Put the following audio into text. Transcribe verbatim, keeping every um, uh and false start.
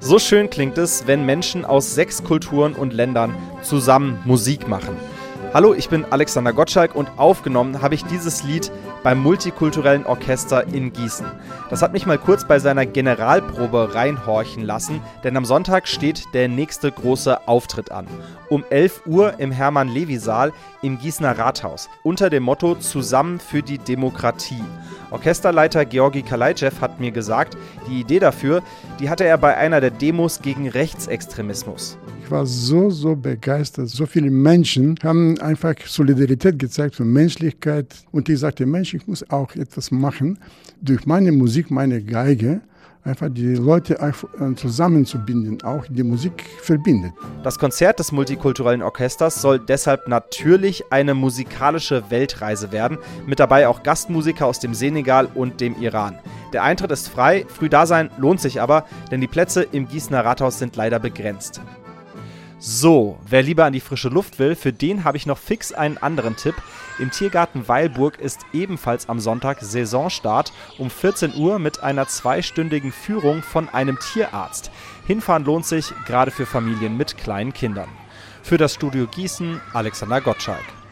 So schön klingt es, wenn Menschen aus sechs Kulturen und Ländern zusammen Musik machen. Hallo, ich bin Alexander Gottschalk und aufgenommen habe ich dieses Lied beim Multikulturellen Orchester in Gießen. Das hat mich mal kurz bei seiner Generalprobe reinhorchen lassen, denn am Sonntag steht der nächste große Auftritt an. Um elf Uhr im Hermann-Levi-Saal im Gießener Rathaus unter dem Motto Zusammen für die Demokratie. Orchesterleiter Georgi Kalaicew hat mir gesagt, die Idee dafür, die hatte er bei einer der Demos gegen Rechtsextremismus. Ich war so, so begeistert. So viele Menschen haben einfach Solidarität gezeigt für Menschlichkeit. Und ich sagte, Mensch, ich muss auch etwas machen, durch meine Musik, meine Geige, einfach die Leute zusammenzubinden, auch die Musik verbindet. Das Konzert des Multikulturellen Orchesters soll deshalb natürlich eine musikalische Weltreise werden, mit dabei auch Gastmusiker aus dem Senegal und dem Iran. Der Eintritt ist frei, früh da sein lohnt sich aber, denn die Plätze im Gießener Rathaus sind leider begrenzt. So, wer lieber an die frische Luft will, für den habe ich noch fix einen anderen Tipp. Im Tiergarten Weilburg ist ebenfalls am Sonntag Saisonstart um vierzehn Uhr mit einer zweistündigen Führung von einem Tierarzt. Hinfahren lohnt sich, gerade für Familien mit kleinen Kindern. Für das Studio Gießen, Alexander Gottschalk.